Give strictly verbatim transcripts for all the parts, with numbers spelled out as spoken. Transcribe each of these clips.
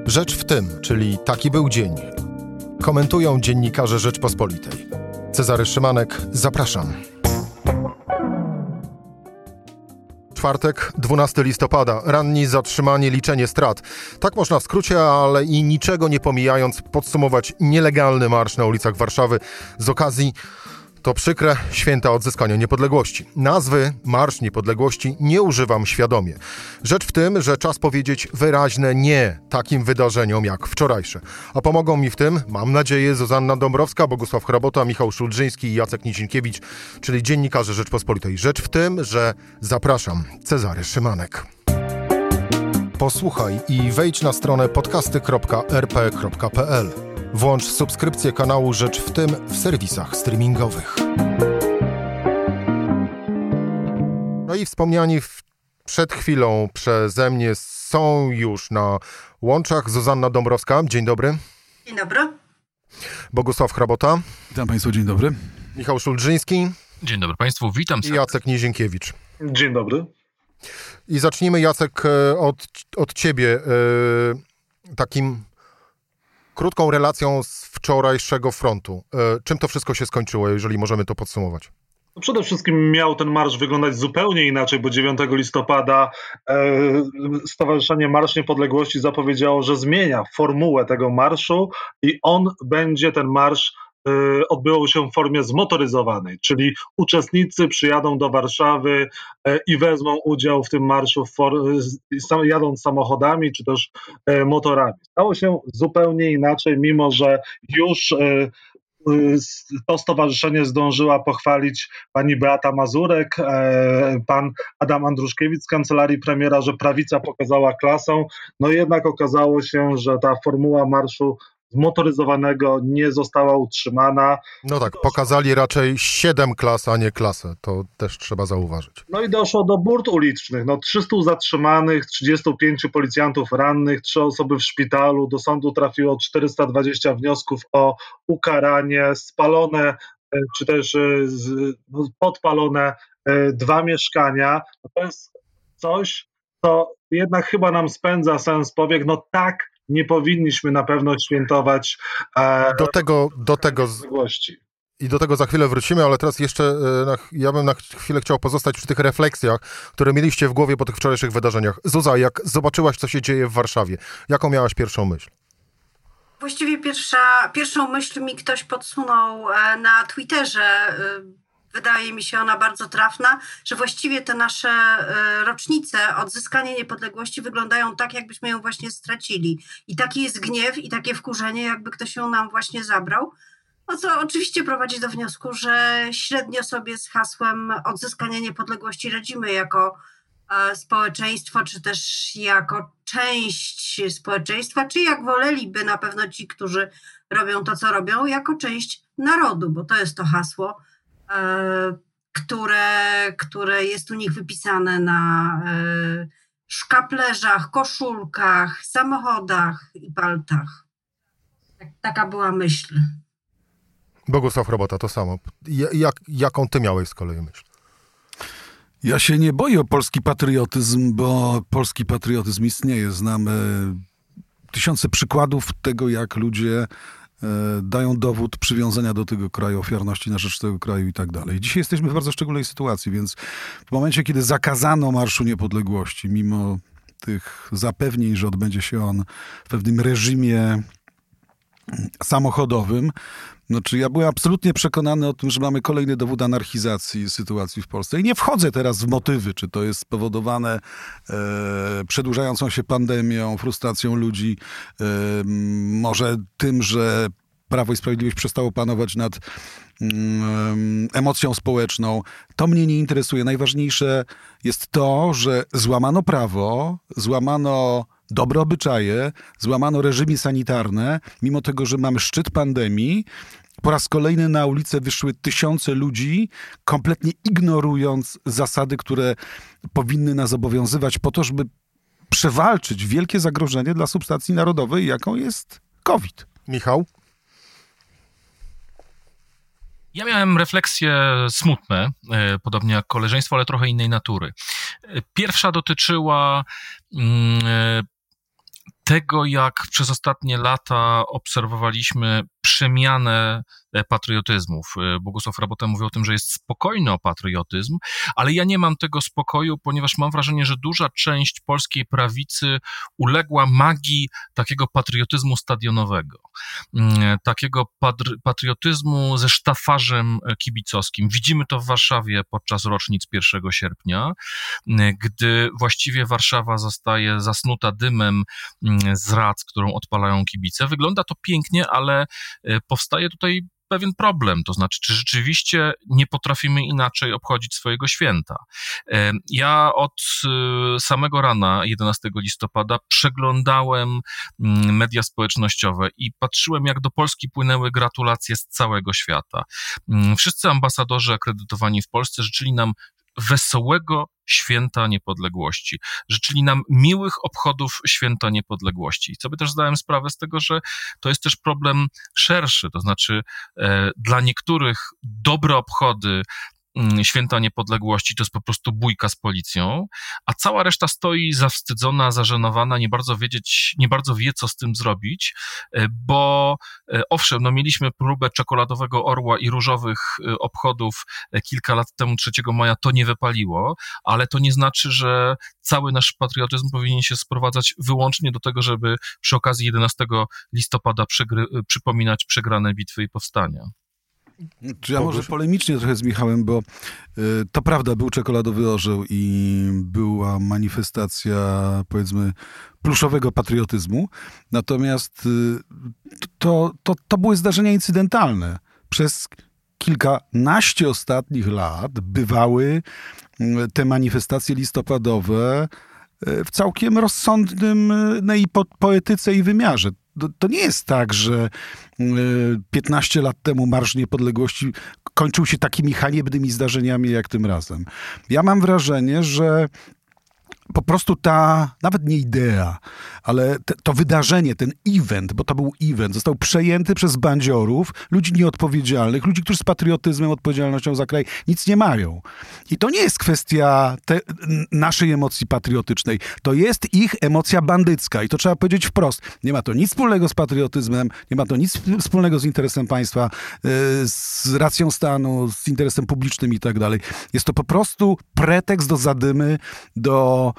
Rzecz w tym, czyli taki był dzień. Komentują dziennikarze Rzeczpospolitej. Cezary Szymanek, zapraszam. Czwartek, dwunastego listopada. Ranni, zatrzymanie, liczenie strat. Tak można w skrócie, ale i niczego nie pomijając podsumować nielegalny marsz na ulicach Warszawy z okazji, to przykre, święta odzyskania niepodległości. Nazwy Marsz Niepodległości nie używam świadomie. Rzecz w tym, że czas powiedzieć wyraźne nie takim wydarzeniom jak wczorajsze. A pomogą mi w tym, mam nadzieję, Zuzanna Dąbrowska, Bogusław Hrabota, Michał Szulżyński i Jacek Nizinkiewicz, czyli dziennikarze Rzeczpospolitej. Rzecz w tym, że zapraszam, Cezary Szymanek. Posłuchaj i wejdź na stronę podcasty kropka er pe kropka pe el. Włącz subskrypcję kanału Rzecz w tym w serwisach streamingowych. No i wspomniani w, przed chwilą przeze mnie są już na łączach Zuzanna Dąbrowska. Dzień dobry. Dzień dobry. Bogusław Hrabota. Witam Państwa, dzień dobry. Michał Szulżyński. Dzień dobry Państwu, witam. I Jacek Nizinkiewicz. Dzień dobry. I zacznijmy, Jacek, od, od Ciebie takim krótką relacją z wczorajszego frontu. Czym to wszystko się skończyło, jeżeli możemy to podsumować? Przede wszystkim miał ten marsz wyglądać zupełnie inaczej, bo dziewiątego listopada e, Stowarzyszenie Marsz Niepodległości zapowiedziało, że zmienia formułę tego marszu i on będzie, ten marsz e, odbywał się w formie zmotoryzowanej, czyli uczestnicy przyjadą do Warszawy e, i wezmą udział w tym marszu w for, e, jadąc samochodami czy też e, motorami. Stało się zupełnie inaczej, mimo że już e, to stowarzyszenie zdążyła pochwalić pani Beata Mazurek, pan Adam Andruszkiewicz z kancelarii premiera, że prawica pokazała klasę. No jednak okazało się, że ta formuła marszu zmotoryzowanego nie została utrzymana. No tak, pokazali raczej siedem klas, a nie klasę. To też trzeba zauważyć. No i doszło do burt ulicznych. No trzystu zatrzymanych, trzydziestu pięciu policjantów rannych, trzy osoby w szpitalu. Do sądu trafiło czterysta dwadzieścia wniosków o ukaranie, spalone czy też podpalone dwa mieszkania. No to jest coś, co jednak chyba nam spędza sens powiek. No tak, nie powinniśmy na pewno świętować e, do tego, do tego i do tego za chwilę wrócimy, ale teraz jeszcze e, na, ja bym na chwilę chciał pozostać przy tych refleksjach, które mieliście w głowie po tych wczorajszych wydarzeniach. Zuza, jak zobaczyłaś, co się dzieje w Warszawie, jaką miałaś pierwszą myśl? Właściwie pierwsza, pierwszą myśl mi ktoś podsunął e, na Twitterze. E, Wydaje mi się ona bardzo trafna, że właściwie te nasze y, rocznice odzyskania niepodległości wyglądają tak, jakbyśmy ją właśnie stracili. I taki jest gniew i takie wkurzenie, jakby ktoś ją nam właśnie zabrał. No co oczywiście prowadzi do wniosku, że średnio sobie z hasłem odzyskania niepodległości radzimy jako y, społeczeństwo, czy też jako część społeczeństwa, czy jak woleliby na pewno ci, którzy robią to, co robią, jako część narodu, bo to jest to hasło, Które, które jest u nich wypisane na szkaplerzach, koszulkach, samochodach i paltach. Tak, taka była myśl. Bogusław Hrabota, to samo. Jak, jaką ty miałeś z kolei myśl? Ja się nie boję o polski patriotyzm, bo polski patriotyzm istnieje. Znamy tysiące przykładów tego, jak ludzie dają dowód przywiązania do tego kraju, ofiarności na rzecz tego kraju i tak dalej. Dzisiaj jesteśmy w bardzo szczególnej sytuacji, więc w momencie, kiedy zakazano Marszu Niepodległości, mimo tych zapewnień, że odbędzie się on w pewnym reżimie samochodowym, no, czy ja byłem absolutnie przekonany o tym, że mamy kolejny dowód anarchizacji sytuacji w Polsce. I nie wchodzę teraz w motywy, czy to jest spowodowane e, przedłużającą się pandemią, frustracją ludzi, e, może tym, że Prawo i Sprawiedliwość przestało panować nad mm, emocją społeczną. To mnie nie interesuje. Najważniejsze jest to, że złamano prawo, złamano dobre obyczaje, złamano reżimy sanitarne, mimo tego, że mamy szczyt pandemii. Po raz kolejny na ulicę wyszły tysiące ludzi, kompletnie ignorując zasady, które powinny nas obowiązywać po to, żeby przewalczyć wielkie zagrożenie dla substancji narodowej, jaką jest COVID. Michał? Ja miałem refleksje smutne, podobnie jak koleżeństwo, ale trochę innej natury. Pierwsza dotyczyła tego, jak przez ostatnie lata obserwowaliśmy przemianę patriotyzmów. Bogusław Rabota mówi o tym, że jest spokojny o patriotyzm, ale ja nie mam tego spokoju, ponieważ mam wrażenie, że duża część polskiej prawicy uległa magii takiego patriotyzmu stadionowego, takiego patri- patriotyzmu ze sztafarzem kibicowskim. Widzimy to w Warszawie podczas rocznic pierwszego sierpnia, gdy właściwie Warszawa zostaje zasnuta dymem z rac, którą odpalają kibice. Wygląda to pięknie, ale powstaje tutaj pewien problem, to znaczy, czy rzeczywiście nie potrafimy inaczej obchodzić swojego święta. Ja od samego rana jedenastego listopada przeglądałem media społecznościowe i patrzyłem, jak do Polski płynęły gratulacje z całego świata. Wszyscy ambasadorzy akredytowani w Polsce życzyli nam wesołego święta niepodległości. Życzyli nam miłych obchodów święta niepodległości. I sobie też zdałem sprawę z tego, że to jest też problem szerszy, to znaczy e, dla niektórych dobre obchody Święta Niepodległości to jest po prostu bójka z policją, a cała reszta stoi zawstydzona, zażenowana, nie bardzo wiedzieć, nie bardzo wie, co z tym zrobić, bo owszem, no mieliśmy próbę czekoladowego orła i różowych obchodów kilka lat temu, trzeciego maja, to nie wypaliło, ale to nie znaczy, że cały nasz patriotyzm powinien się sprowadzać wyłącznie do tego, żeby przy okazji jedenastego listopada przegry- przypominać przegrane bitwy i powstania. Czy ja może polemicznie trochę z Michałem, bo y, to prawda, był czekoladowy orzeł i była manifestacja, powiedzmy, pluszowego patriotyzmu, natomiast y, to, to, to były zdarzenia incydentalne. Przez kilkanaście ostatnich lat bywały y, te manifestacje listopadowe y, w całkiem rozsądnym y, no i po, poetyce i wymiarze. To, to nie jest tak, że piętnaście lat temu Marsz Niepodległości kończył się takimi haniebnymi zdarzeniami jak tym razem. Ja mam wrażenie, że po prostu ta, nawet nie idea, ale te, to wydarzenie, ten event, bo to był event, został przejęty przez bandziorów, ludzi nieodpowiedzialnych, ludzi, którzy z patriotyzmem, odpowiedzialnością za kraj nic nie mają. I to nie jest kwestia te, naszej emocji patriotycznej. To jest ich emocja bandycka i to trzeba powiedzieć wprost. Nie ma to nic wspólnego z patriotyzmem, nie ma to nic wspólnego z interesem państwa, z racją stanu, z interesem publicznym i tak dalej. Jest to po prostu pretekst do zadymy, do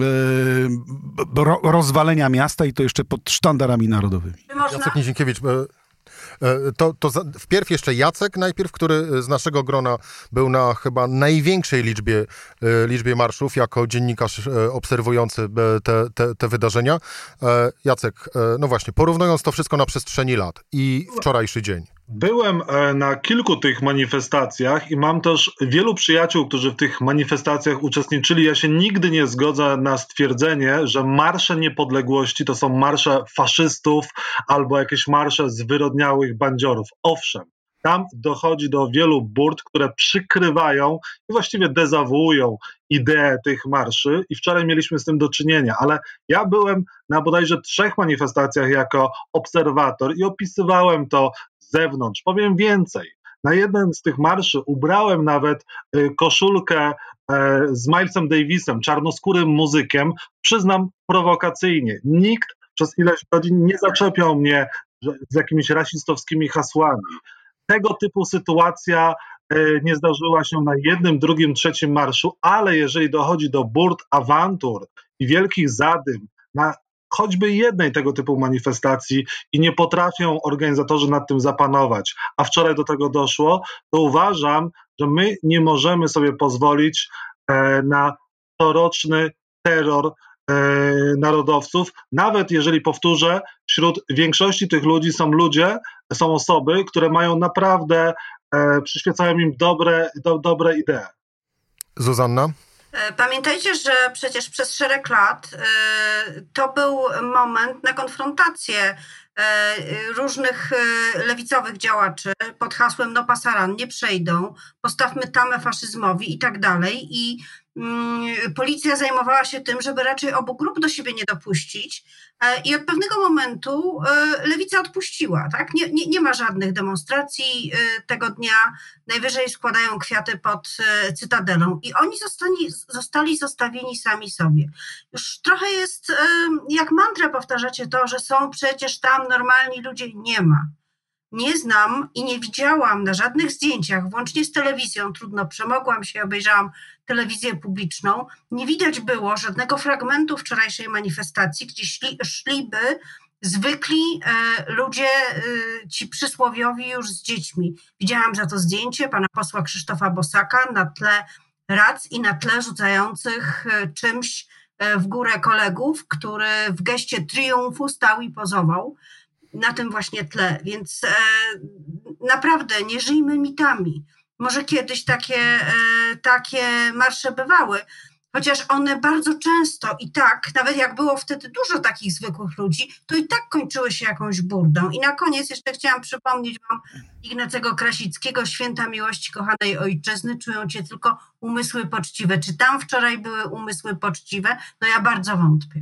rozwalenia miasta i to jeszcze pod sztandarami narodowymi. Można... Jacek Nizinkiewicz, to, to wpierw jeszcze Jacek najpierw, który z naszego grona był na chyba największej liczbie, liczbie marszów, jako dziennikarz obserwujący te, te, te wydarzenia. Jacek, no właśnie, porównując to wszystko na przestrzeni lat i wczorajszy dzień. Byłem na kilku tych manifestacjach i mam też wielu przyjaciół, którzy w tych manifestacjach uczestniczyli. Ja się nigdy nie zgodzę na stwierdzenie, że marsze niepodległości to są marsze faszystów albo jakieś marsze zwyrodniałych bandziorów. Owszem, tam dochodzi do wielu burt, które przykrywają i właściwie dezawuują ideę tych marszy i wczoraj mieliśmy z tym do czynienia, ale ja byłem na bodajże trzech manifestacjach jako obserwator i opisywałem to z zewnątrz. Powiem więcej, na jeden z tych marszy ubrałem nawet y, koszulkę y, z Milesem Davisem, czarnoskórym muzykiem, przyznam prowokacyjnie. Nikt przez ileś godzin nie zaczepiał mnie że, z jakimiś rasistowskimi hasłami. Tego typu sytuacja y, nie zdarzyła się na jednym, drugim, trzecim marszu, ale jeżeli dochodzi do burt, awantur i wielkich zadym na choćby jednej tego typu manifestacji i nie potrafią organizatorzy nad tym zapanować, a wczoraj do tego doszło, to uważam, że my nie możemy sobie pozwolić e, na coroczny terror e, narodowców, nawet jeżeli, powtórzę, wśród większości tych ludzi są ludzie, są osoby, które mają naprawdę, e, przyświecają im dobre, do, dobre idee. Zuzanna? Pamiętajcie, że przecież przez szereg lat to był moment na konfrontację różnych lewicowych działaczy pod hasłem no pasaran, nie przejdą, postawmy tamę faszyzmowi i tak dalej. I policja zajmowała się tym, żeby raczej obu grup do siebie nie dopuścić i od pewnego momentu lewica odpuściła, tak? Nie, nie, nie ma żadnych demonstracji tego dnia, najwyżej składają kwiaty pod Cytadelą i oni zostali, zostali zostawieni sami sobie. Już trochę jest, jak mantrę powtarzacie to, że są przecież tam normalni ludzie, nie ma. Nie znam i nie widziałam na żadnych zdjęciach, włącznie z telewizją, trudno, przemogłam się, obejrzałam telewizję publiczną, nie widać było żadnego fragmentu wczorajszej manifestacji, gdzie szli, szliby zwykli e, ludzie, e, ci przysłowiowi już z dziećmi. Widziałam za to zdjęcie pana posła Krzysztofa Bosaka na tle rac i na tle rzucających e, czymś e, w górę kolegów, który w geście triumfu stał i pozował na tym właśnie tle, więc e, naprawdę nie żyjmy mitami. Może kiedyś takie, e, takie marsze bywały, chociaż one bardzo często i tak, nawet jak było wtedy dużo takich zwykłych ludzi, to i tak kończyły się jakąś burdą. I na koniec jeszcze chciałam przypomnieć wam Ignacego Krasickiego, święta miłości kochanej ojczyzny, czują cię tylko umysły poczciwe. Czy tam wczoraj były umysły poczciwe? No ja bardzo wątpię.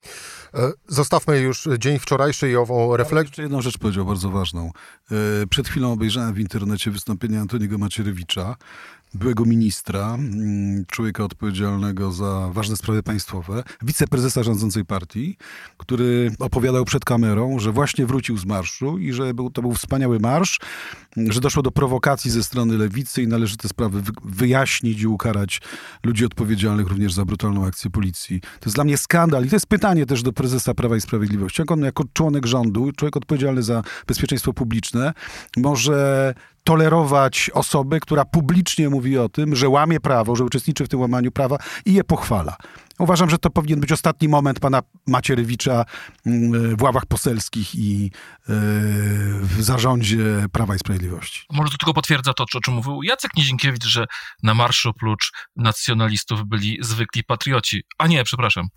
Zostawmy już dzień wczorajszy i ową refleksję. Jeszcze jedną rzecz powiedział, bardzo ważną. Przed chwilą obejrzałem w internecie wystąpienie Antoniego Macierewicza, byłego ministra, człowieka odpowiedzialnego za ważne sprawy państwowe, wiceprezesa rządzącej partii, który opowiadał przed kamerą, że właśnie wrócił z marszu i że był, to był wspaniały marsz, że doszło do prowokacji ze strony lewicy i należy te sprawy wyjaśnić i ukarać ludzi odpowiedzialnych również za brutalną akcję policji. To jest dla mnie skandal i to jest pytanie też do prezesa Prawa i Sprawiedliwości. Jak on jako członek rządu, człowiek odpowiedzialny za bezpieczeństwo publiczne, może tolerować osobę, która publicznie mówi o tym, że łamie prawo, że uczestniczy w tym łamaniu prawa i je pochwala. Uważam, że to powinien być ostatni moment pana Macierewicza w ławach poselskich i w zarządzie Prawa i Sprawiedliwości. Może to tylko potwierdza to, o czym mówił Jacek Nizinkiewicz, że na marszu oprócz nacjonalistów byli zwykli patrioci. A nie, przepraszam.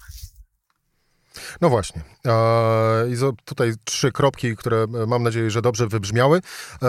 No właśnie. I tutaj trzy kropki, które mam nadzieję, że dobrze wybrzmiały.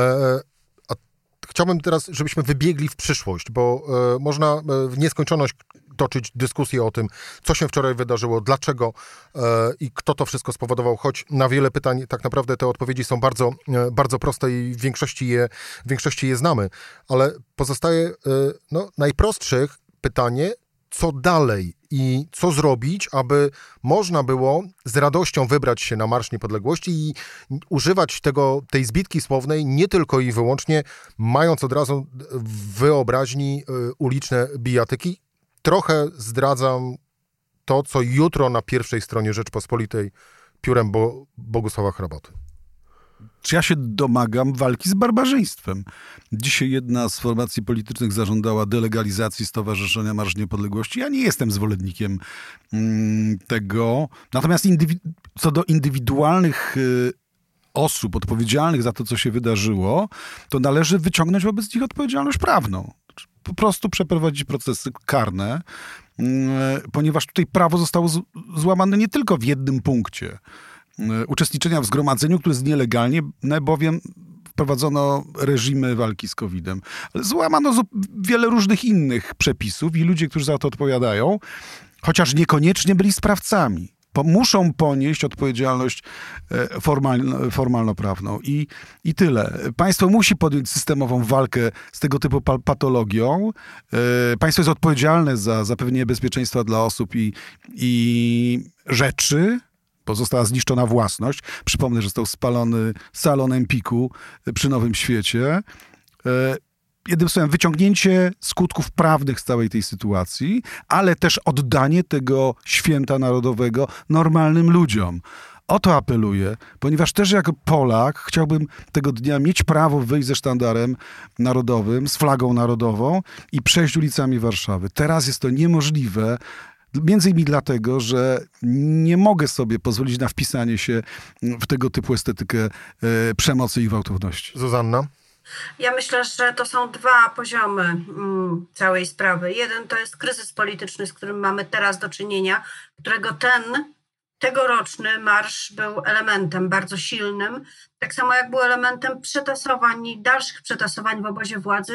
A chciałbym teraz, żebyśmy wybiegli w przyszłość, bo można w nieskończoność toczyć dyskusję o tym, co się wczoraj wydarzyło, dlaczego i kto to wszystko spowodował, choć na wiele pytań tak naprawdę te odpowiedzi są bardzo, bardzo proste i w większości je, w większości je znamy, ale pozostaje no, najprostszych pytanie, co dalej i co zrobić, aby można było z radością wybrać się na Marsz Niepodległości i używać tego, tej zbitki słownej nie tylko i wyłącznie mając od razu w wyobraźni uliczne bijatyki. Trochę zdradzam to, co jutro na pierwszej stronie Rzeczpospolitej piórem Bo- Bogusława Hraboty. Czy ja się domagam walki z barbarzyństwem? Dzisiaj jedna z formacji politycznych zażądała delegalizacji Stowarzyszenia Marsz Niepodległości. Ja nie jestem zwolennikiem mm, tego. Natomiast indywi- co do indywidualnych y, osób odpowiedzialnych za to, co się wydarzyło, to należy wyciągnąć wobec nich odpowiedzialność prawną. Po prostu przeprowadzić procesy karne, y, ponieważ tutaj prawo zostało z- złamane nie tylko w jednym punkcie. Uczestniczenia w zgromadzeniu, które jest nielegalnie, bowiem wprowadzono reżimy walki z kowidem. Ale złamano wiele różnych innych przepisów i ludzie, którzy za to odpowiadają, chociaż niekoniecznie byli sprawcami, po, muszą ponieść odpowiedzialność formal, formalno-prawną. I, I tyle. Państwo musi podjąć systemową walkę z tego typu patologią. Państwo jest odpowiedzialne za zapewnienie bezpieczeństwa dla osób i, i rzeczy, bo została zniszczona własność. Przypomnę, że został spalony salon Empiku przy Nowym Świecie. Jednym słowem, wyciągnięcie skutków prawnych z całej tej sytuacji, ale też oddanie tego święta narodowego normalnym ludziom. O to apeluję, ponieważ też jako Polak chciałbym tego dnia mieć prawo wyjść ze sztandarem narodowym, z flagą narodową i przejść ulicami Warszawy. Teraz jest to niemożliwe. Między innymi dlatego, że nie mogę sobie pozwolić na wpisanie się w tego typu estetykę e, przemocy i gwałtowności. Zuzanna? Ja myślę, że to są dwa poziomy mm, całej sprawy. Jeden to jest kryzys polityczny, z którym mamy teraz do czynienia, którego ten tegoroczny marsz był elementem bardzo silnym, tak samo jak był elementem przetasowań i dalszych przetasowań w obozie władzy,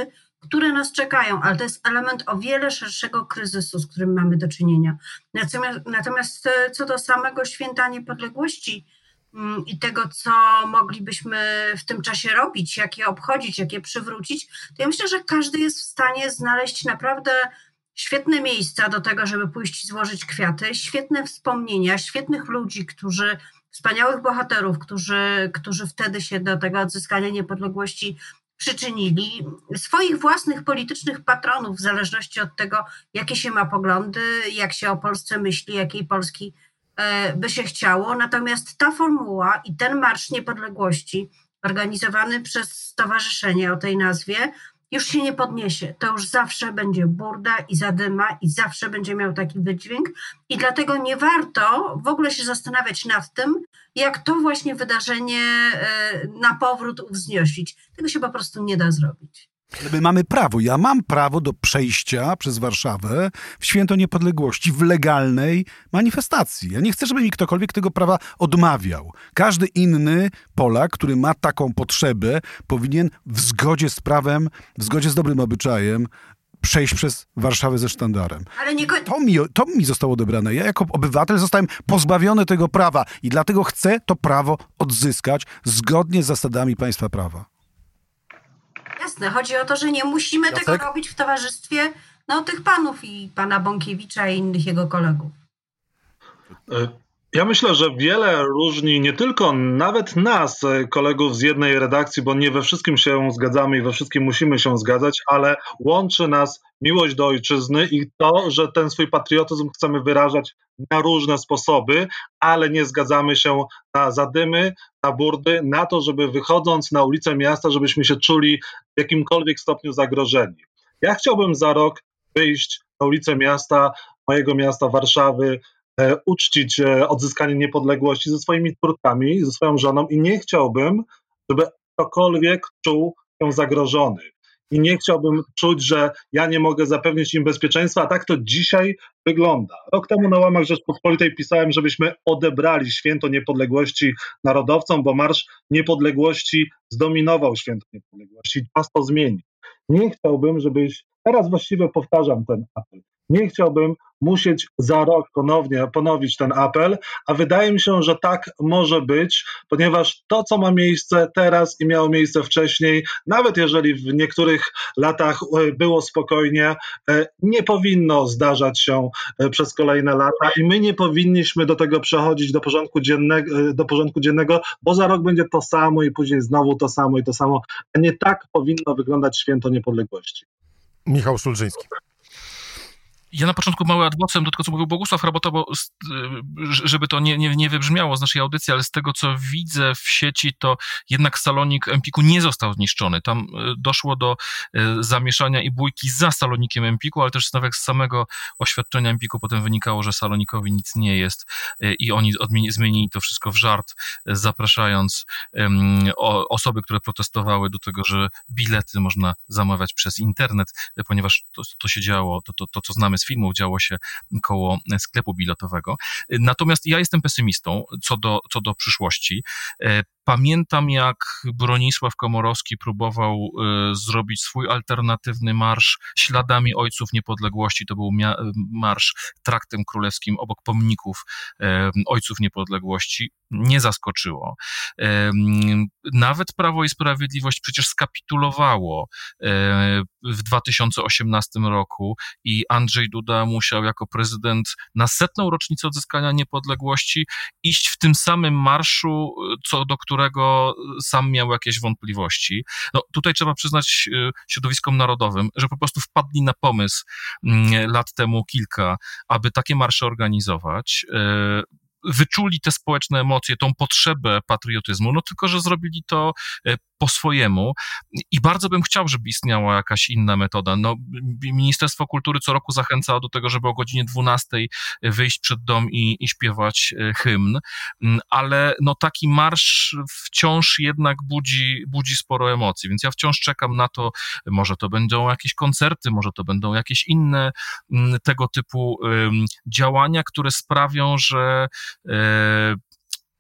które nas czekają, ale to jest element o wiele szerszego kryzysu, z którym mamy do czynienia. Natomiast, natomiast co do samego Święta Niepodległości i tego, co moglibyśmy w tym czasie robić, jak je obchodzić, jak je przywrócić, to ja myślę, że każdy jest w stanie znaleźć naprawdę świetne miejsca do tego, żeby pójść i złożyć kwiaty, świetne wspomnienia, świetnych ludzi, którzy, wspaniałych bohaterów, którzy, którzy wtedy się do tego odzyskania niepodległości przyczynili, swoich własnych politycznych patronów, w zależności od tego, jakie się ma poglądy, jak się o Polsce myśli, jakiej Polski by się chciało. Natomiast ta formuła i ten Marsz Niepodległości organizowany przez stowarzyszenie o tej nazwie już się nie podniesie. To już zawsze będzie burda i zadyma i zawsze będzie miał taki wydźwięk i dlatego nie warto w ogóle się zastanawiać nad tym, jak to właśnie wydarzenie na powrót uwznosić. Tego się po prostu nie da zrobić. Ale my mamy prawo, ja mam prawo do przejścia przez Warszawę w Święto Niepodległości w legalnej manifestacji. Ja nie chcę, żeby mi ktokolwiek tego prawa odmawiał. Każdy inny Polak, który ma taką potrzebę, powinien w zgodzie z prawem, w zgodzie z dobrym obyczajem przejść przez Warszawę ze sztandarem. Ale nie... to, mi, to mi zostało odebrane. Ja jako obywatel zostałem pozbawiony tego prawa i dlatego chcę to prawo odzyskać zgodnie z zasadami państwa prawa. Jasne, chodzi o to, że nie musimy Jacek? tego robić w towarzystwie no, tych panów i pana Bąkiewicza i innych jego kolegów. Ja myślę, że wiele różni nie tylko nawet nas, kolegów z jednej redakcji, bo nie we wszystkim się zgadzamy i we wszystkim musimy się zgadzać, ale łączy nas miłość do ojczyzny i to, że ten swój patriotyzm chcemy wyrażać na różne sposoby, ale nie zgadzamy się na zadymy, na burdy, na to, żeby wychodząc na ulicę miasta, żebyśmy się czuli w jakimkolwiek stopniu zagrożeni. Ja chciałbym za rok wyjść na ulicę miasta, mojego miasta Warszawy, e, uczcić e, odzyskanie niepodległości ze swoimi córkami, ze swoją żoną i nie chciałbym, żeby ktokolwiek czuł się zagrożony. I nie chciałbym czuć, że ja nie mogę zapewnić im bezpieczeństwa, a tak to dzisiaj wygląda. Rok temu na łamach Rzeczpospolitej pisałem, żebyśmy odebrali Święto Niepodległości narodowcom, bo Marsz Niepodległości zdominował Święto Niepodległości i czas to zmieni. Nie chciałbym, żebyś, teraz właściwie powtarzam ten apel, nie chciałbym musieć za rok ponownie ponowić ten apel, a wydaje mi się, że tak może być, ponieważ to, co ma miejsce teraz i miało miejsce wcześniej, nawet jeżeli w niektórych latach było spokojnie, nie powinno zdarzać się przez kolejne lata i my nie powinniśmy do tego przechodzić do porządku dziennego, do porządku dziennego, bo za rok będzie to samo i później znowu to samo i to samo, a nie tak powinno wyglądać Święto Niepodległości. Michał Szulżyński. Ja na początku mały adwocem do tego, co mówił Bogusław Rabota, bo żeby to nie, nie, nie wybrzmiało z naszej audycji, ale z tego, co widzę w sieci, to jednak salonik Empiku nie został zniszczony. Tam doszło do zamieszania i bójki za salonikiem Empiku, ale też nawet z samego oświadczenia Empiku potem wynikało, że salonikowi nic nie jest i oni odmieni, zmienili to wszystko w żart, zapraszając um, o, osoby, które protestowały do tego, że bilety można zamawiać przez internet, ponieważ to, to się działo, to, to, to co znamy z filmów, działo się koło sklepu biletowego. Natomiast ja jestem pesymistą co do, co do przyszłości. Pamiętam, jak Bronisław Komorowski próbował y, zrobić swój alternatywny marsz śladami Ojców Niepodległości. To był mia- marsz traktem królewskim obok pomników y, Ojców Niepodległości. Nie zaskoczyło. Y, nawet Prawo i Sprawiedliwość przecież skapitulowało y, w dwa tysiące osiemnastym roku i Andrzej Duda musiał jako prezydent na setną rocznicę odzyskania niepodległości iść w tym samym marszu, co do którego sam miał jakieś wątpliwości. No tutaj trzeba przyznać środowiskom narodowym, że po prostu wpadli na pomysł lat temu kilka, aby takie marsze organizować. Wyczuli te społeczne emocje, tą potrzebę patriotyzmu, no tylko, że zrobili to po swojemu i bardzo bym chciał, żeby istniała jakaś inna metoda. No, Ministerstwo Kultury co roku zachęca do tego, żeby o godzinie dwunastej wyjść przed dom i, i śpiewać hymn, ale no taki marsz wciąż jednak budzi, budzi sporo emocji, więc ja wciąż czekam na to, może to będą jakieś koncerty, może to będą jakieś inne tego typu działania, które sprawią, że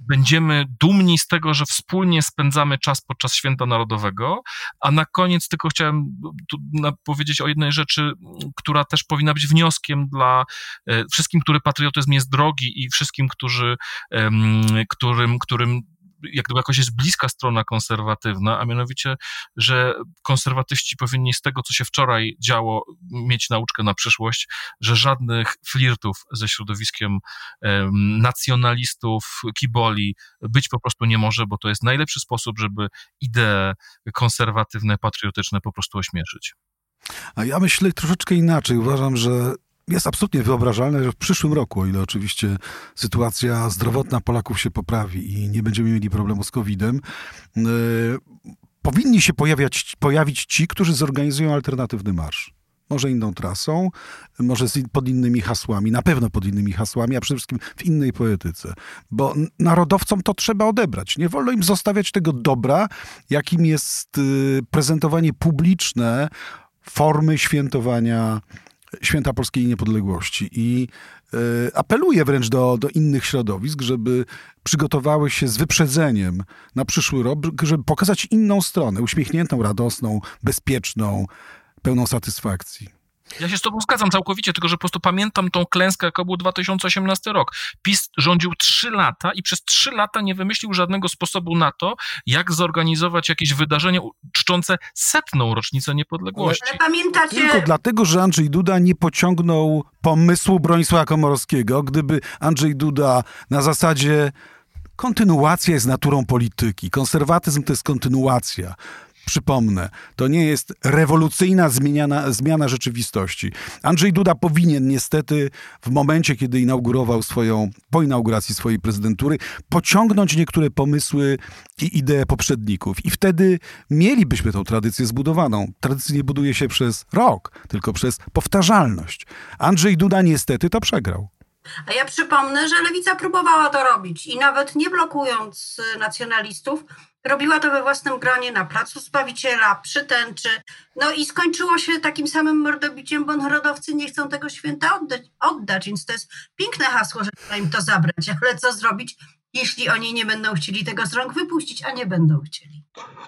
będziemy dumni z tego, że wspólnie spędzamy czas podczas Święta Narodowego, a na koniec tylko chciałem tu powiedzieć o jednej rzeczy, która też powinna być wnioskiem dla wszystkim, którym patriotyzm jest drogi i wszystkim, którzy, którym, którym jak gdyby jakoś jest bliska strona konserwatywna, a mianowicie, że konserwatyści powinni z tego, co się wczoraj działo, mieć nauczkę na przyszłość, że żadnych flirtów ze środowiskiem um, nacjonalistów, kiboli być po prostu nie może, bo to jest najlepszy sposób, żeby idee konserwatywne, patriotyczne po prostu ośmieszyć. A ja myślę troszeczkę inaczej. Uważam, że jest absolutnie wyobrażalne, że w przyszłym roku, o ile oczywiście sytuacja zdrowotna Polaków się poprawi i nie będziemy mieli problemu z kowidem, yy, powinni się pojawiać, pojawić ci, którzy zorganizują alternatywny marsz. Może inną trasą, może z, pod innymi hasłami, na pewno pod innymi hasłami, a przede wszystkim w innej poetyce. Bo narodowcom to trzeba odebrać. Nie wolno im zostawiać tego dobra, jakim jest yy, prezentowanie publiczne formy świętowania Święta Polskiej Niepodległości. I y, apeluję wręcz do, do innych środowisk, żeby przygotowały się z wyprzedzeniem na przyszły rok, żeby pokazać inną stronę, uśmiechniętą, radosną, bezpieczną, pełną satysfakcji. Ja się z tobą zgadzam całkowicie, tylko że po prostu pamiętam tą klęskę, jaka był dwa tysiące osiemnasty rok. PiS rządził trzy lata i przez trzy lata nie wymyślił żadnego sposobu na to, jak zorganizować jakieś wydarzenie czczące setną rocznicę niepodległości. Ale pamiętacie... Tylko dlatego, że Andrzej Duda nie pociągnął pomysłu Bronisława Komorowskiego. Gdyby Andrzej Duda na zasadzie kontynuacja jest naturą polityki, konserwatyzm to jest kontynuacja. Przypomnę, to nie jest rewolucyjna zmiana, zmiana rzeczywistości. Andrzej Duda powinien niestety w momencie, kiedy inaugurował swoją, po inauguracji swojej prezydentury, pociągnąć niektóre pomysły i idee poprzedników. I wtedy mielibyśmy tą tradycję zbudowaną. Tradycja nie buduje się przez rok, tylko przez powtarzalność. Andrzej Duda niestety to przegrał. A ja przypomnę, że Lewica próbowała to robić i nawet nie blokując nacjonalistów, robiła to we własnym gronie na Placu Zbawiciela, przy tęczy. No i skończyło się takim samym mordobiciem, bo narodowcy nie chcą tego święta oddać, oddać. Więc to jest piękne hasło, że trzeba im to zabrać. Ale co zrobić, jeśli oni nie będą chcieli tego z rąk wypuścić, a nie będą chcieli?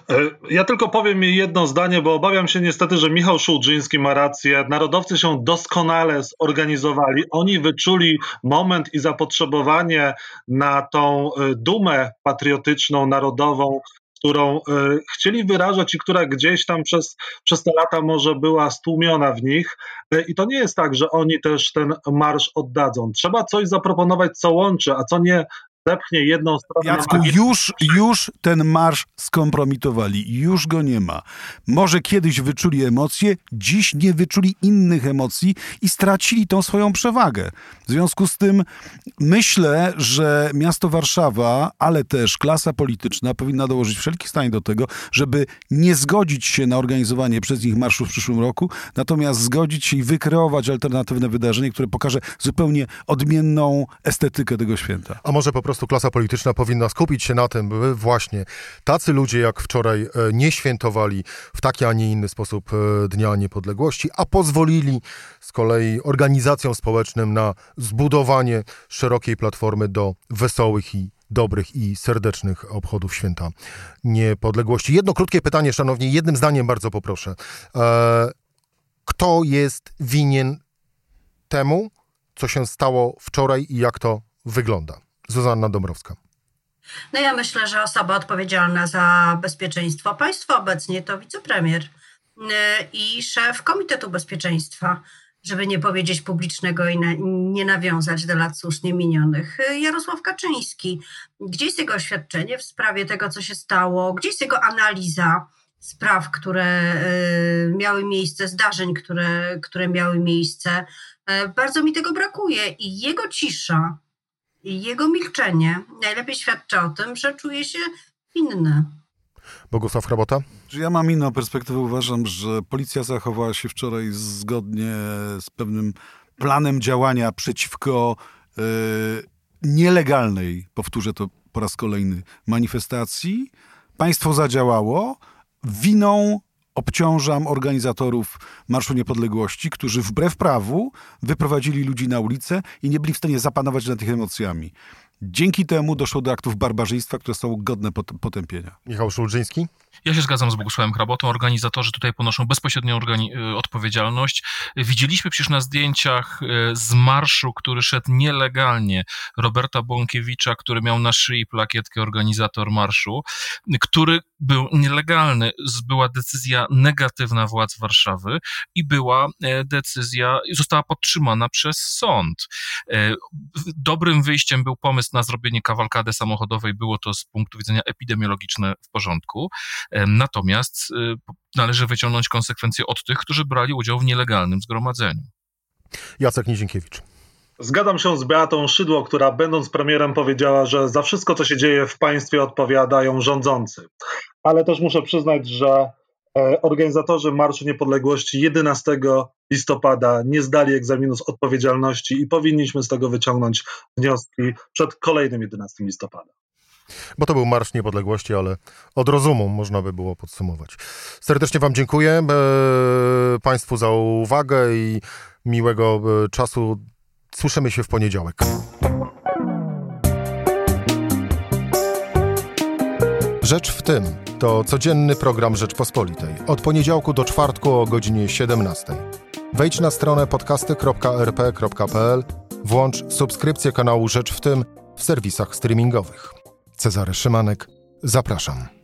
Ja tylko powiem mi jedno zdanie, bo obawiam się niestety, że Michał Szułdrzyński ma rację. Narodowcy się doskonale zorganizowali. Oni wyczuli moment i zapotrzebowanie na tą dumę patriotyczną, narodową, którą chcieli wyrażać i która gdzieś tam przez, przez te lata może była stłumiona w nich. I to nie jest tak, że oni też ten marsz oddadzą. Trzeba coś zaproponować, co łączy, a co nie zepchnie jedną stronę. Jacku, już, już ten marsz skompromitowali. Już go nie ma. Może kiedyś wyczuli emocje, dziś nie wyczuli innych emocji i stracili tą swoją przewagę. W związku z tym myślę, że miasto Warszawa, ale też klasa polityczna powinna dołożyć wszelkich starań do tego, żeby nie zgodzić się na organizowanie przez nich marszu w przyszłym roku, natomiast zgodzić się i wykreować alternatywne wydarzenie, które pokaże zupełnie odmienną estetykę tego święta. A może po prostu klasa polityczna powinna skupić się na tym, by właśnie tacy ludzie jak wczoraj nie świętowali w taki, a nie inny sposób Dnia Niepodległości, a pozwolili z kolei organizacjom społecznym na zbudowanie szerokiej platformy do wesołych i dobrych i serdecznych obchodów Święta Niepodległości. Jedno krótkie pytanie, szanowni, jednym zdaniem bardzo poproszę. Kto jest winien temu, co się stało wczoraj i jak to wygląda? Zuzanna Dąbrowska. No ja myślę, że osoba odpowiedzialna za bezpieczeństwo państwa obecnie to wicepremier i szef Komitetu Bezpieczeństwa, żeby nie powiedzieć publicznego i na, nie nawiązać do lat słusznie minionych. Jarosław Kaczyński. Gdzie jest jego oświadczenie w sprawie tego, co się stało? Gdzie jest jego analiza spraw, które y, miały miejsce, zdarzeń, które, które miały miejsce? Y, bardzo mi tego brakuje i jego cisza, i jego milczenie najlepiej świadczy o tym, że czuje się winny. Bogusław Hrabota? Ja mam inną perspektywę. Uważam, że policja zachowała się wczoraj zgodnie z pewnym planem działania przeciwko yy, nielegalnej, powtórzę to po raz kolejny, manifestacji. Państwo zadziałało. Winą obciążam organizatorów Marszu Niepodległości, którzy wbrew prawu wyprowadzili ludzi na ulicę i nie byli w stanie zapanować nad tych emocjami. Dzięki temu doszło do aktów barbarzyństwa, które są godne potępienia. Michał Szulżyński? Ja się zgadzam z Bogusławem Hrabotą. Organizatorzy tutaj ponoszą bezpośrednią organi- odpowiedzialność. Widzieliśmy przecież na zdjęciach z marszu, który szedł nielegalnie, Roberta Bąkiewicza, który miał na szyi plakietkę organizator marszu, który był nielegalny. Była decyzja negatywna władz Warszawy i była decyzja, została podtrzymana przez sąd. Dobrym wyjściem był pomysł na zrobienie kawalkady samochodowej. Było to z punktu widzenia epidemiologicznego w porządku. Natomiast należy wyciągnąć konsekwencje od tych, którzy brali udział w nielegalnym zgromadzeniu. Jacek Nizienkiewicz. Zgadzam się z Beatą Szydło, która będąc premierem powiedziała, że za wszystko, co się dzieje w państwie, odpowiadają rządzący. Ale też muszę przyznać, że organizatorzy Marszu Niepodległości jedenastego listopada nie zdali egzaminu z odpowiedzialności i powinniśmy z tego wyciągnąć wnioski przed kolejnym jedenastego listopada. Bo to był Marsz Niepodległości, ale od rozumu można by było podsumować. Serdecznie wam dziękuję e, Państwu za uwagę i miłego e, czasu. Słyszymy się w poniedziałek. Rzecz w tym to codzienny program Rzeczpospolitej. Od poniedziałku do czwartku o godzinie siedemnastej. Wejdź na stronę podcasty kropka er pe kropka pe el, włącz subskrypcję kanału Rzecz w tym w serwisach streamingowych. Cezary Szymanek, zapraszam.